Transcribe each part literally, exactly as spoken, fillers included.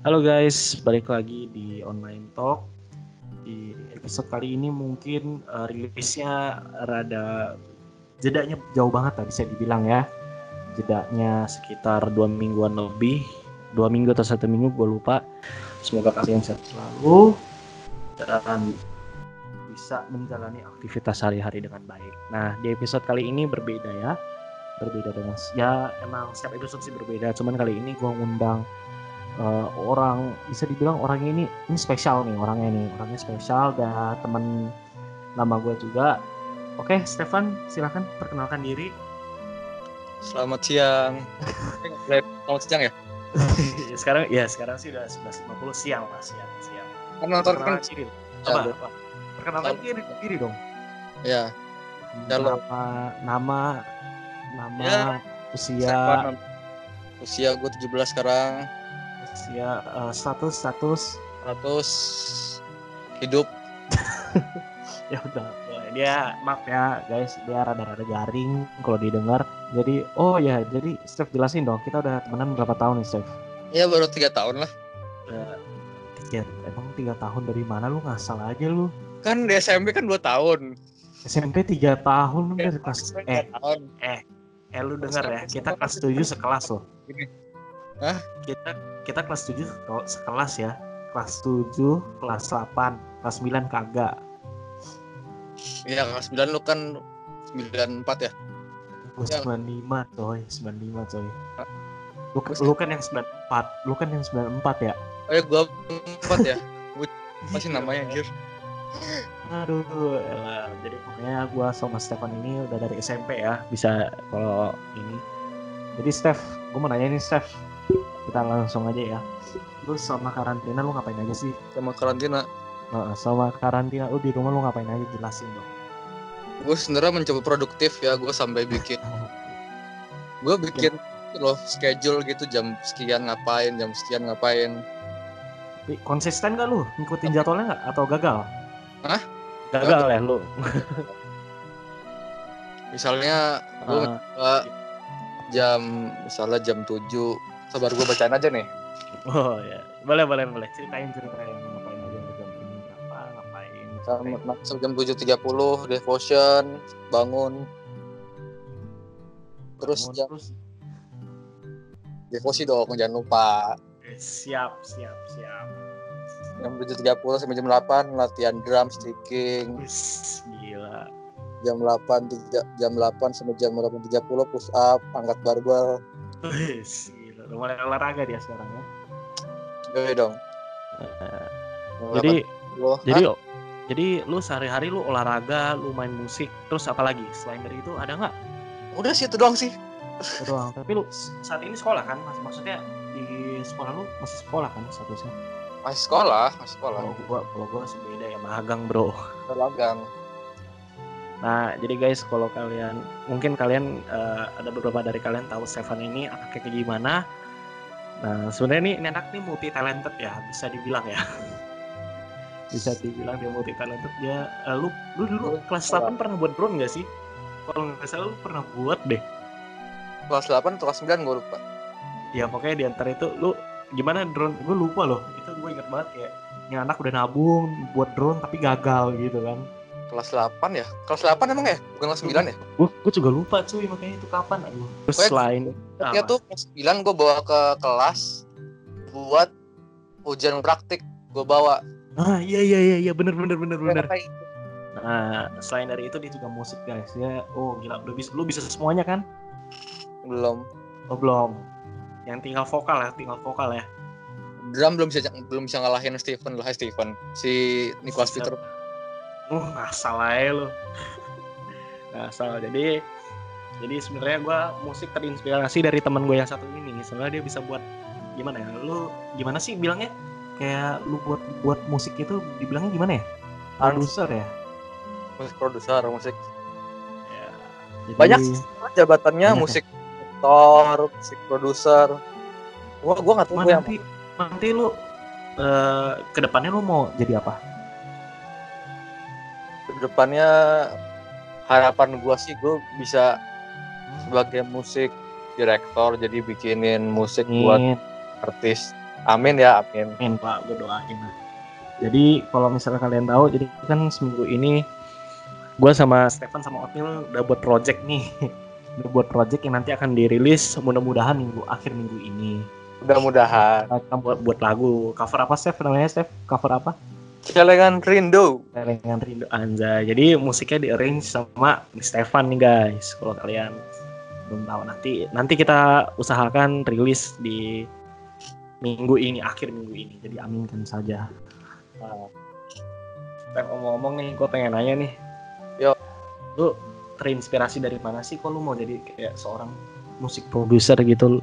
Halo guys, balik lagi di Online Talk. Di episode kali ini mungkin uh, rilisnya rada jedanya jauh banget lah bisa dibilang ya. Jedanya sekitar dua mingguan lebih, dua minggu atau satu minggu gue lupa. Semoga kalian sehat selalu dan bisa menjalani aktivitas sehari-hari dengan baik. Nah di episode kali ini berbeda ya, berbeda dengan ya emang setiap episode sih berbeda. Cuman kali ini gue ngundang uh, orang bisa dibilang orang ini ini spesial nih orangnya nih orangnya spesial dan teman nama gue juga. Oke, Stefan, silakan perkenalkan diri. Selamat siang. Selamat siang ya. sekarang ya sekarang sih udah sebelas lima puluh siang lah siang siang. Kan nonton kan diri. Coba apa? Perkenalkan diri, diri dong. Ya. Halo. Nama nama nama Ya, usia Stefan. Usia gue tujuh belas sekarang. usia uh, status status Status hidup. Ya udah, dia maaf ya guys, dia rada-rada garing kalau didengar. Jadi oh ya, jadi Steph jelasin dong, kita udah temenan berapa tahun nih Steph? Ya baru tiga tahun lah. Uh, tiga, emang tiga tahun dari mana, lu ngasal aja lu? Kan di S M P kan dua tahun. S M P tiga tahun lu dari kelas eh tahun. eh eh lu dengar ya, kita kelas tujuh sekelas loh. Hah? Kita kita kelas tujuh sekelas ya. Kelas tujuh, kelas delapan, kelas sembilan kagak. Iya, kelas sembilan lu kan sembilan puluh empat ya? Gue sembilan puluh lima coy, sembilan puluh lima coy. Lu, lu kan yang sembilan puluh empat, lu kan yang sembilan puluh empat ya? Oh ya, gua empat ya? Apa sih namanya anjir? Aduh, elah. Jadi pokoknya gue sama Stefan ini udah dari S M P ya, bisa kalau ini. Jadi Steph, gue mau nanya nih Steph, kita langsung aja ya. Lu sama karantina lu ngapain aja sih? Sama karantina? Uh, sama karantina lu di rumah lu ngapain aja, jelasin dong. Gue sebenarnya mencoba produktif ya, gue sampai bikin gue bikin ya. loh schedule gitu, jam sekian ngapain, jam sekian ngapain. Tapi konsisten gak lu ngikutin jadwalnya gak? Atau gagal? Hah? Gagal, gagal ya lu? Misalnya gue uh. mencoba jam misalnya jam tujuh, sabar gue bacain aja nih. Oh ya, boleh boleh boleh ceritain ceritain ngapain aja jam ini berapa, ngapain. Sampai jam tujuh tiga puluh devotion, bangun. Terus bangun, jam terus devosi dong, jangan lupa. Siap, siap, siap. Jam tujuh tiga puluh sampai jam delapan latihan drum sticking. Wis, gila. Jam delapan jam delapan sampai jam delapan tiga puluh push up, angkat barbel. Wis, gila. Lu mulai olahraga dia sekarang ya. Oke dong. Uh, jadi puluh. jadi Hah? Jadi lu sehari-hari lu olahraga, lu main musik, terus apa lagi? Selain dari itu ada nggak? Udah sih itu doang sih. Itu doang. Tapi lu saat ini sekolah kan? Mas, maksudnya di sekolah lu masih sekolah kan statusnya? Masih sekolah, masih sekolah. Kalau gua, kalau gua masih beda ya, magang bro. Magang. Nah, jadi guys, kalau kalian mungkin kalian uh, ada beberapa dari kalian tahu Stefan ini anaknya kayak gimana. Nah, sebenarnya nih ini anak nih multi talented ya, bisa dibilang ya. Bisa dibilang dia multi talented. Dia uh, lu lu dulu kelas delapan pernah buat drone enggak sih? Kalau enggak salah lu pernah buat deh. Kelas delapan atau kelas sembilan gue lupa. Ya pokoknya di antara itu lu gimana drone? Gue lupa loh. Itu gue ingat banget kayak ini anak udah nabung buat drone tapi gagal gitu kan. Kelas delapan ya? Kelas delapan emang ya? Bukan kelas sembilan ya? Gue gue juga lupa cuy, makanya itu kapan? Aduh. Terus selain ya tuh kelas sembilan gue bawa ke kelas buat ujian praktik, gue bawa. Ah iya iya iya iya bener bener bener bener. Nah selain dari itu dia juga musik guys ya. Oh gila, lu bisa lu bisa semuanya kan? Belum. Oh belum. Yang tinggal vokal ya, tinggal vokal ya. Drum belum bisa belum bisa ngalahin Steven lah, Steven si Nicholas Peter. Uh, ngasal aja lu. Ngasal. Jadi jadi sebenarnya gue musik terinspirasi dari teman gue yang satu ini. Soalnya dia bisa buat gimana ya? Lu gimana sih bilangnya? Kayak lu buat buat musik itu dibilangnya gimana ya? Produser ya? Musik produser, musik. Ya, jadi... Banyak jabatannya, banyak musik editor, ya? Musik produser. Gua gua enggak tahu yang nanti nanti lu uh, ke depannya lu mau jadi apa? Kedepannya harapan gue sih gue bisa sebagai musik direktor, jadi bikinin musik hmm. buat artis Amin ya, amin. Amin Pak, gue doain lah. Jadi kalau misalnya kalian tahu, jadi kan seminggu ini gue sama Stefan sama Otnil udah buat project nih. Udah buat project yang nanti akan dirilis mudah-mudahan minggu akhir minggu ini. Mudah-mudahan. Kita buat buat lagu. Cover apa Stef namanya Stef? Cover apa? Celengan Rindu. Celengan Rindu Anjay. Jadi musiknya di arrange sama Stefan nih guys. Kalau kalian belum tahu, nanti nanti kita usahakan rilis di minggu ini, akhir minggu ini. Jadi aminkan saja. Nah, Stef ngomong-ngomong nih, gue pengen nanya nih. Yo. Lu terinspirasi dari mana sih kok lu mau jadi kayak seorang musik produser gitu?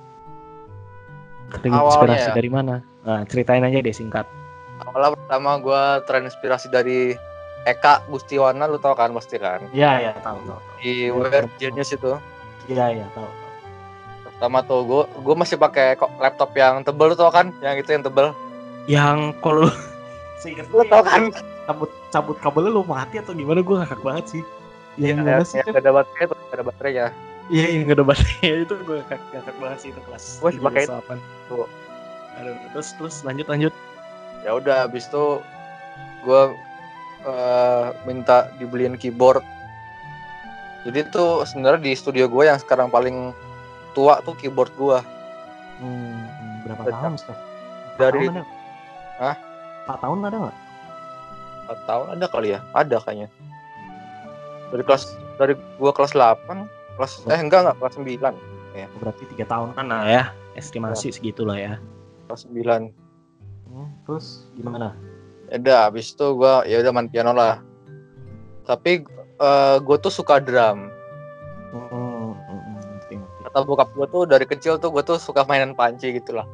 Terinspirasi ya? dari mana? Nah, ceritain aja deh singkat. Awalnya pertama gue terinspirasi dari Eka Gustiwana, lu tau kan pasti kan? Iya, iya, tahu, tahu. Di Weird Genius itu. Iya, iya, tahu. Pertama tuh gue gue masih pakai kok laptop yang tebel, lu tau kan? Yang itu yang tebel. Yang kalau seingat lu tau kan? Cabut cabut kabelnya lu mati atau gimana, gue ngakak banget sih. Yang ya, sih? Yang ada baterai tuh, ada baterainya. Iya, yang gak ada baterainya itu gue ngakak, ngakak banget sih itu kelas. Gue pakai itu. Tuh. Aduh, terus terus lanjut lanjut. Ya udah, abis itu gue uh, minta dibeliin keyboard. Jadi tuh sebenarnya di studio gue yang sekarang paling tua tuh keyboard gue. Hmm, berapa Dari, tahun Steph? Dari tahun ada? Hah? empat tahun ada nggak? empat tahun ada kali ya, ada kayaknya. Dari kelas dari gue kelas delapan, kelas oh. eh enggak enggak kelas sembilan. Ya. Berarti tiga tahunan lah ya, estimasi ya. Segitulah ya. Kelas sembilan. Hmm, terus gimana? Ya udah, habis itu gue ya udah main piano lah. Tapi uh, gue tuh suka drum. Hmm, hmm, ngerti, ngerti. Kata bokap gue tuh dari kecil tuh gue tuh suka mainan panci gitu lah.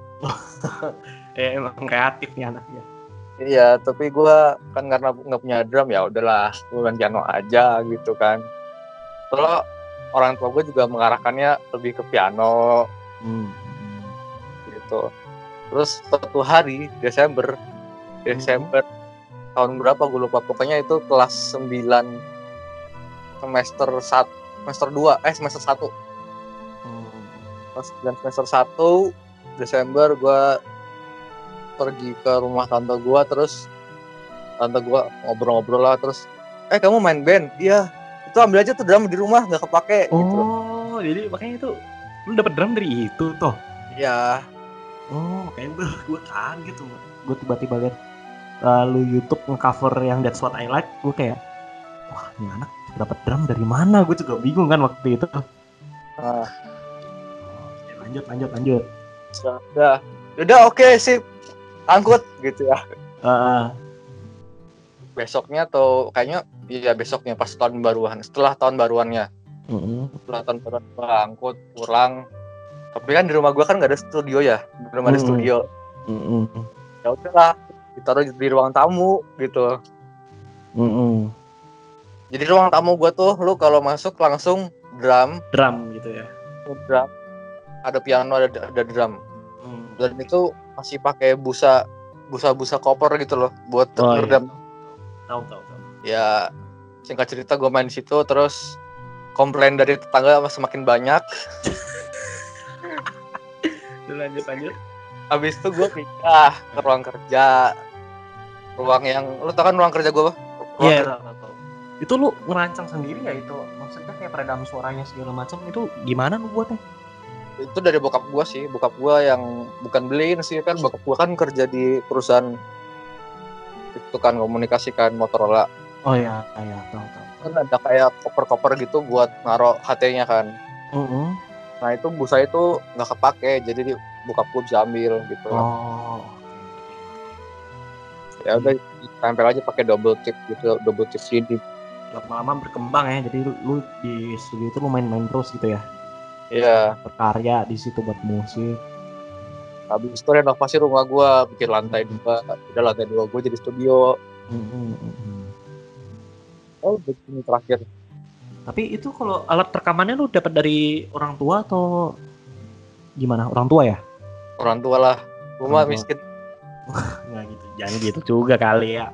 eh, emang kreatif nih anaknya. Iya, tapi gue kan karena nggak punya drum ya udahlah, gue main piano aja gitu kan. Terus orang tua gue juga mengarahkannya lebih ke piano, hmm. gitu. Terus suatu hari Desember, Desember hmm. tahun berapa gue lupa, pokoknya itu kelas sembilan semester satu, semester dua, eh semester satu. Hmm. Kelas sembilan semester satu Desember gue pergi ke rumah tante gue, terus tante gue ngobrol-ngobrol lah, terus eh kamu main band? Iya, itu ambil aja tuh drum di rumah, nggak kepake. Oh, gitu. Jadi makanya itu lu dapet drum dari itu toh? Iya. Oh, makanya gue kaget tuh, gue tiba-tiba lihat uh, lu YouTube nge-cover yang That's What I Like, gue kayak wah ini anak dapet drum dari mana? Gue juga bingung kan waktu itu. Ah. Oke, lanjut lanjut lanjut. Udah, udah oke okay, sip. Angkut gitu ya. Uh, besoknya atau kayaknya iya besoknya pas tahun baruan, setelah tahun baruannya. Uh-uh. Setelah tahun baruan gue angkut pulang. Tapi kan di rumah gue kan nggak ada studio ya, belum ada uh-uh. studio. Uh-uh. Ya udahlah, ditaruh di ruang tamu gitu. Uh-uh. Jadi ruang tamu gue tuh, lu kalau masuk langsung drum, drum gitu ya. Drum, ada piano, ada ada drum. Uh. Dan itu masih pakai busa busa-busa koper gitu loh buat oh, ngeredam. Iya. Tahu tahu tahu. Ya singkat cerita gue main di situ, terus komplain dari tetangga semakin banyak. lanjut lanjut. Habis itu gue pindah ke ruang kerja, ruang yang lu tau kan ruang kerja gue? Iya tahu tahu. Itu lu ngerancang sendiri ya itu? Maksudnya kayak peredam suaranya segala macam itu gimana lu buatnya? Itu dari bokap gue sih, bokap gue yang bukan beliin sih, kan bokap gue kan kerja di perusahaan itu kan komunikasi kan Motorola. Oh iya, iya tahu tahu. Kan ada kayak koper-koper gitu buat naruh H T-nya kan. Uh-uh. Nah itu busa itu nggak kepake, jadi bokap gue bisa ambil gitu. Oh. Ya udah tempel aja pakai double tip gitu, double tip C D. Lama-lama berkembang ya, jadi lu, lu di studio itu lu main-main terus gitu ya. Iya, berkarya di situ buat musik. Habis itu renovasi rumah gue, bikin lantai dua, udah lantai dua gue jadi studio. Mm-hmm. Oh, begini terakhir. Tapi itu kalau alat rekamannya lu dapat dari orang tua atau gimana? Orang tua ya? Orang tua lah, rumah miskin. Nggak gitu, jangan gitu juga kali ya.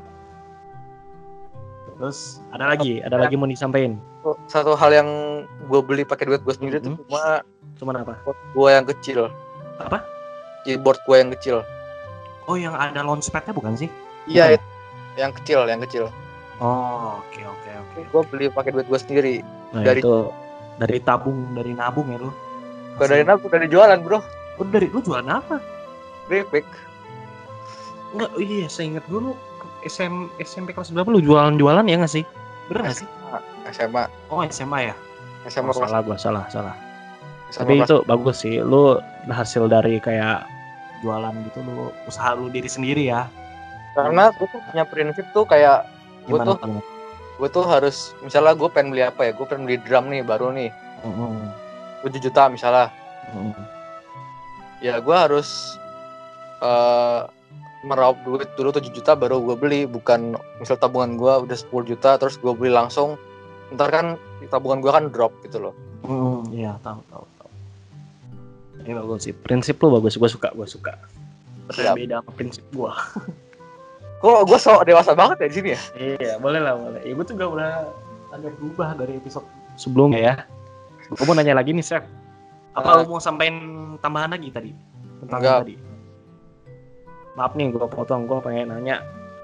Terus ada lagi, ada lagi mau disampaikan. Satu hal yang gue beli pakai duit gue sendiri mm-hmm. tuh cuma cuma apa? Gue yang kecil. Apa? keyboard gue yang kecil. Oh, yang ada launchpad-nya bukan sih? Iya, bukan. Yang kecil, yang kecil. Oh, oke oke oke. Gue beli pakai duit gue sendiri. Nah, dari itu dari tabung, dari nabung ya lu? Bukan dari nabung, dari jualan, bro. Oh, dari lu jualan apa? Keripik. Enggak, oh iya, saya ingat dulu S M S M P kelas berapa lu jualan-jualan ya nggak sih? Bener nggak sih? S M A. Oh, S M A ya? S M A. Oh, salah gua, salah, salah. S M A Tapi kelas. itu bagus sih, lu hasil dari kayak jualan gitu, lu usaha lu diri sendiri ya. Karena gue tuh punya prinsip tuh kayak gue tuh gimana? gue tuh harus, misalnya gue pengen beli apa ya, gue pengen beli drum nih baru nih, mm-hmm. tujuh juta misalnya. Mm-hmm. Ya gue harus uh, meraup duit dulu tujuh juta baru gue beli, bukan misal tabungan gue udah sepuluh juta terus gue beli langsung, ntar kan tabungan gue kan drop gitu loh. Mm, iya, tahu tahu tahu. Ini bagus sih, prinsip lu bagus, gue suka, gue suka. Berbeda sama prinsip gue. Kok gue sok dewasa banget ya di sini ya? Iya, boleh lah, boleh. Ya, gue juga udah agak berubah dari episode sebelumnya ya. Gue mau nanya lagi nih, Chef. Apa nah. lu mau sampaikan tambahan lagi tadi? Tentang Enggak. tadi? Maaf nih, gue potong. Gue pengen nanya.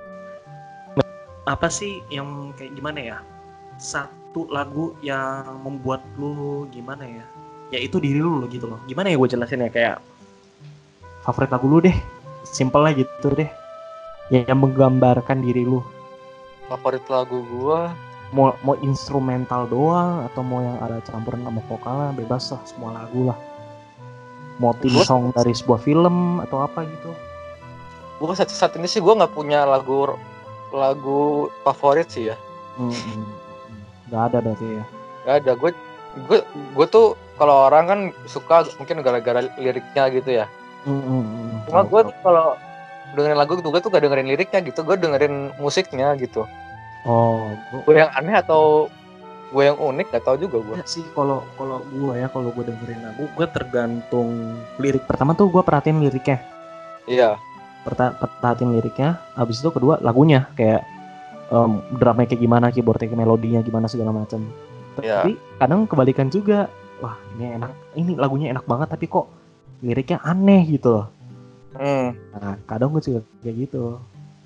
Apa sih yang kayak gimana ya? Satu lagu yang membuat lu gimana ya? Ya itu diri lu gitu loh. Gimana ya gue jelasin ya? Kayak favorit lagu lu deh. Simple lah gitu deh. Yang menggambarkan diri lu. Favorit lagu gua mau mau instrumental doang atau mau yang ada campuran sama vokalnya, bebas lah, semua lagu lah. Mau theme song dari sebuah film atau apa gitu. Gua saat, saat ini sih gua nggak punya lagu lagu favorit sih ya. Hmm, nggak ada berarti ya. Nggak ada. Gue gue gue tuh kalau orang kan suka mungkin gara-gara liriknya gitu ya. Hmm, Cuma gue tuh kalau dengerin lagu gue tuh gak dengerin liriknya gitu, gue dengerin musiknya gitu. Oh, gue yang aneh atau gue yang unik gak tau juga gue. Ya sih, kalau kalau gue ya kalau gue dengerin lagu, gue tergantung lirik. Pertama tuh gue perhatiin liriknya. Iya. Perta- perhatiin liriknya, habis itu kedua lagunya kayak um, drumnya kayak gimana, keyboardnya, melodinya gimana segala macam. Tapi ya. Kadang kebalikan juga, wah ini enak, ini lagunya enak banget tapi kok liriknya aneh gitu loh. Hmm. Nah, kadang gue juga kayak gitu.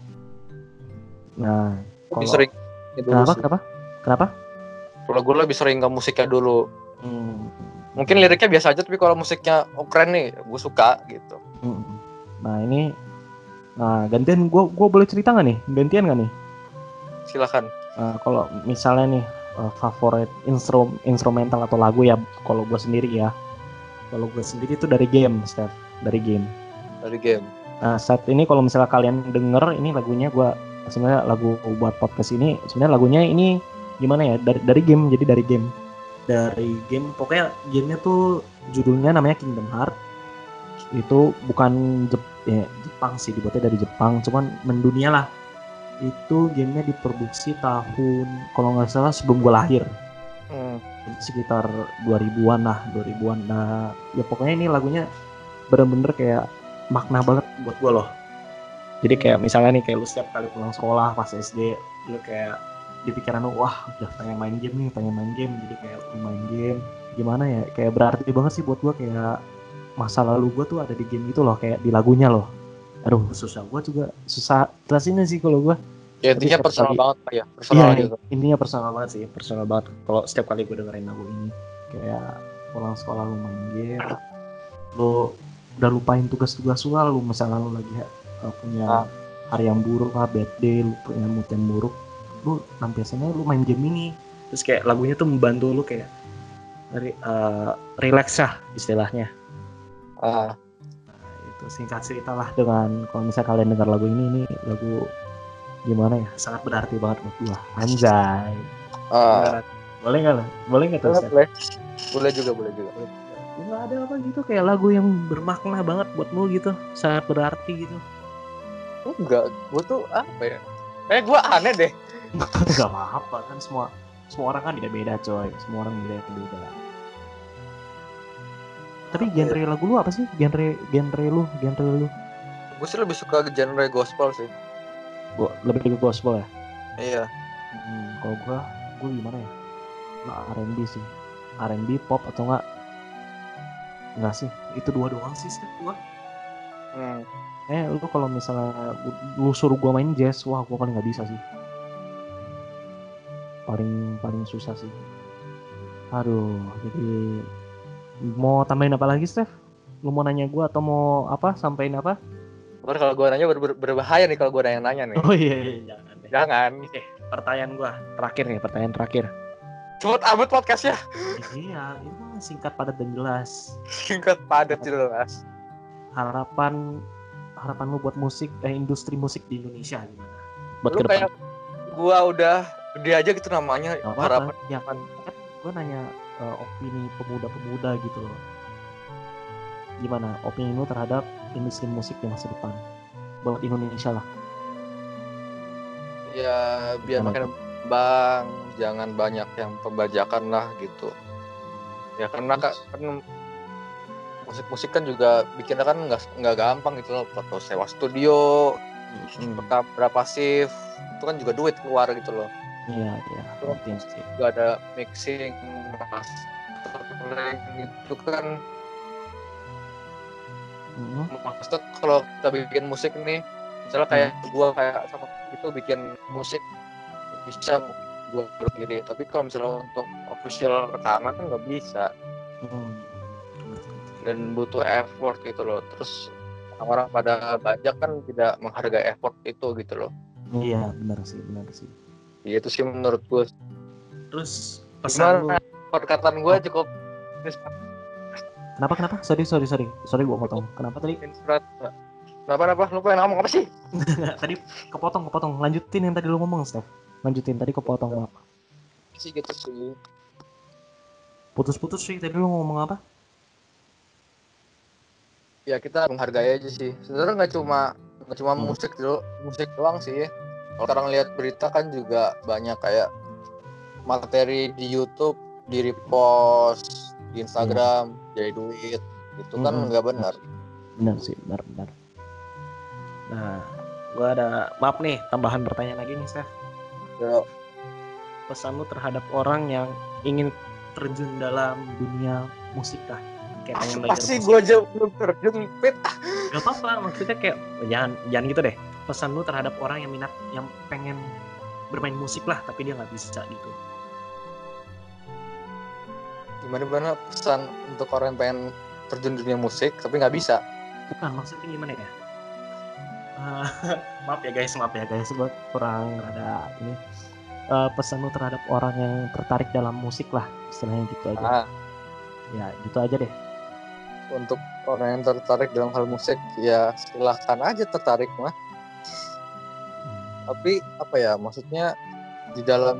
Nah, kalau sering kenapa, kenapa? Kenapa? Kalau gue lebih sering ke musiknya dulu. Hmm. Mungkin liriknya biasa aja, tapi kalau musiknya oh, keren nih, gue suka gitu. Hmm. Nah ini, nah gantian gue, gue boleh cerita nggak nih? Gantian nggak nih? Silakan. Nah, kalau misalnya nih uh, favorit instrum, instrumental atau lagu ya, kalau gue sendiri ya, kalau gue sendiri itu dari game, Steph, dari game. Dari game. Nah saat ini kalau misalnya kalian denger ini lagunya gue sebenarnya lagu buat podcast ini sebenarnya lagunya ini gimana ya dari dari game jadi dari game dari game pokoknya gamenya tuh judulnya namanya Kingdom Hearts. Itu bukan Jep, ya, Jepang sih, dibuatnya dari Jepang cuman mendunia lah. Itu gamenya diproduksi tahun kalau nggak salah sebelum gue lahir. Hmm. Sekitar dua ribuan lah dua ribuan. Nah ya pokoknya ini lagunya bener-bener kayak makna banget buat gue loh. Jadi kayak misalnya nih kayak lu setiap kali pulang sekolah pas S D lu kayak di pikiran lu wah udah pengen main game nih pengen main game jadi kayak lu main game gimana ya kayak berarti banget sih buat gue kayak masa lalu gue tuh ada di game gitu loh kayak di lagunya loh. Aduh susah gue juga susah jelasinnya sih kalau gue. Ya intinya personal kali, banget ya personal iya, gitu. Intinya personal banget sih personal banget kalau setiap kali gue dengerin lagu ini kayak pulang sekolah lu main game lu udah lupain tugas-tugas lu lu misalnya lu lagi uh, punya ah. hari yang buruk lah, bad day, lu punya mood yang buruk, lu biasanya lu main game ini terus kayak lagunya tuh membantu lu kayak uh, relax lah istilahnya. Ah. Nah, itu singkat cerita lah dengan kalau misalnya kalian dengar lagu ini ini lagu gimana ya sangat berarti banget buat gua. Anjay. Ah. Boleh nggak lah? Boleh nggak tuh? Boleh. Boleh juga, boleh juga. Nggak ada apa gitu kayak lagu yang bermakna banget buat lu gitu sangat berarti gitu. Enggak, gue tuh apa ya eh gue aneh deh. Nggak apa-apa kan semua semua orang kan beda-beda coy semua orang beda-beda. Tapi genre lagu lu apa sih genre genre lu genre lu? Gue sih lebih suka genre gospel sih. Gue lebih ke gospel ya. Iya. Hmm, kalau gue gue gimana ya? Nah, R and B sih R and B pop atau enggak? Enggak sih, itu dua doang sih sih gua. Hmm. Eh lu kalau misalnya lu suruh gua main jazz, wah gua paling nggak bisa sih. Paling paling susah sih. Aduh, jadi mau tambahin apa lagi, Steph? Lu mau nanya gua atau mau apa? Sampein apa? Ntar kalau gue nanya ber- ber- berbahaya nih kalau gue nanya-nanya nih. Oh iya, iya jangan deh. Jangan. Oke, pertanyaan gua terakhir nih, pertanyaan terakhir. Cepet amat podcastnya. Iya, itu singkat padat dan jelas. Singkat padat jelas. Harapan harapan lu buat musik, eh, industri musik di Indonesia gimana? Buat Lu ke depan. kayak gua udah gede aja gitu namanya. Gak Harapan. apa-apa, ya kan, kan gue nanya uh, opini pemuda-pemuda gitu loh. Gimana opini lu terhadap industri musik di masa depan buat Indonesia lah? Ya biar Gimana makin tuh? berkembang, jangan banyak yang pembajakan lah gitu. Ya karena kan, kan musik-musik kan juga bikinnya kan nggak nggak gampang gitu loh. Atau sewa studio, Hmm. berapa shift, itu kan juga duit keluar gitu loh. Iya, iya, penting sih. Juga ada mixing, mastering itu kan. Hmm. Maksudnya kalau kita bikin musik nih, misalnya kayak hmm. gua kayak sama itu bikin musik bisa gua sendiri. Tapi kalau misalnya untuk official rekaman kan nggak bisa. Hmm. Dan butuh effort gitu loh. Terus orang pada banyak kan tidak menghargai effort itu gitu loh. Iya, benar sih, benar sih. Ya, itu sih menurut gue. Terus pesan lu, perkataan gue oh. cukup. Kenapa kenapa? Sorry sorry sorry sorry gue potong. Kenapa tadi? Inspirat. Kenapa kenapa? Lu pengen ngomong apa sih? Tadi kepotong kepotong. Lanjutin yang tadi lu ngomong, Steph. Lanjutin tadi kepotong maaf. Sih gitu sih. Putus-putus sih tadi lu ngomong apa? Ya kita menghargai aja sih. Sebenarnya nggak cuma nggak cuma hmm. musik dulu, musik doang sih. Kalau sekarang lihat berita kan juga banyak kayak materi di YouTube di repost di Instagram hmm. jadi duit, itu kan nggak hmm. benar. Benar sih, benar benar. Nah, gua ada maaf nih tambahan pertanyaan lagi nih, Steph. Ya. Pesan lu terhadap orang yang ingin terjun dalam dunia musik lah. Kayak pengen belajar pasti gue aja belum terjun pit. Gak apa-apa, maksudnya kayak jangan jangan gitu deh. Pesan lu terhadap orang yang minat, yang pengen bermain musik lah tapi dia nggak bisa gitu. Gimana gimana pesan untuk orang yang pengen terjun dunia musik tapi nggak bisa? Bukan, maksudnya gimana ya? Uh, maaf ya guys, maaf ya guys, gue kurang rada ini. Uh, pesan lu terhadap orang yang tertarik dalam musik lah, istilahnya gitu aja. Ah. Ya gitu aja deh. Untuk orang yang tertarik dalam hal musik ya silahkan aja tertarik mah. Hmm. Tapi apa ya maksudnya di dalam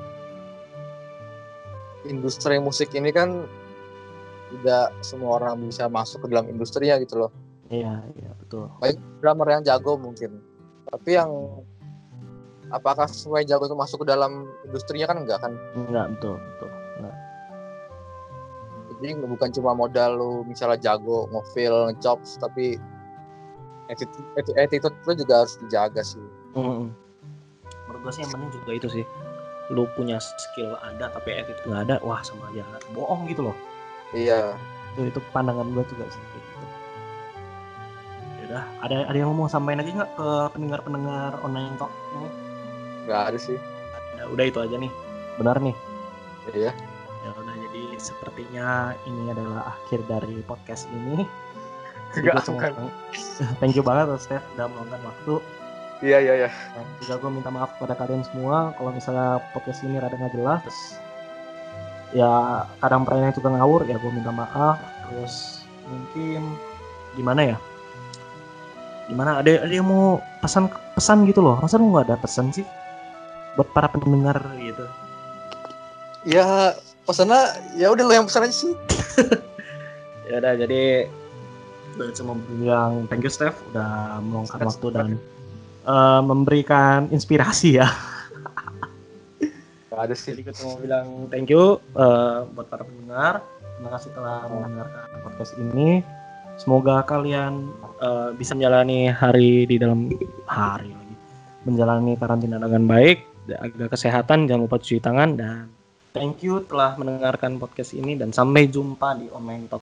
industri musik ini kan tidak semua orang bisa masuk ke dalam industrinya gitu loh. Iya iya betul. Baik drummer yang jago mungkin, tapi yang apakah semua yang jago itu masuk ke dalam industrinya kan enggak kan? Enggak, betul betul. Enggak. Jadi bukan cuma modal lu misalnya jago ngefeel, ngechops, tapi attitude, attitude itu juga harus dijaga sih. Mm-hmm. Menurut gue sih yang penting juga itu sih. Lu punya skill ada tapi attitude nggak ada, wah sama aja bohong gitu loh. Iya. Itu itu pandangan gue juga sih gitu. Yaudah, ada ada yang ngomong sampein lagi nggak ke pendengar-pendengar online talk ini? Nggak ada sih. Ya, udah itu aja nih, benar nih. Iya. Ya udah, jadi sepertinya ini adalah akhir dari podcast ini. Enggak kan. Thank you banget Steph udah meluangkan waktu. Iya iya iya. Dan juga gue minta maaf kepada kalian semua kalau misalnya podcast ini rada nggak jelas. Terus ya kadang pertanyaan juga ngawur ya, gue minta maaf. Terus mungkin gimana ya? Gimana? Ada ada yang mau pesan pesan gitu loh? Masa lu nggak ada pesan sih buat para pendengar gitu? Ya pesannya ya udah lo yang pesan aja sih. Ya udah, jadi gue cuma bilang thank you Steph udah meluangkan waktu dan uh, memberikan inspirasi ya. Gak ada sih. Jadi gue cuma bilang thank you uh, buat para pendengar. Terima kasih telah mendengarkan podcast ini. Semoga kalian uh, bisa menjalani hari di dalam hari lagi, menjalani karantina dengan baik, jaga kesehatan, jangan lupa cuci tangan, dan thank you telah mendengarkan podcast ini dan sampai jumpa di Online Talk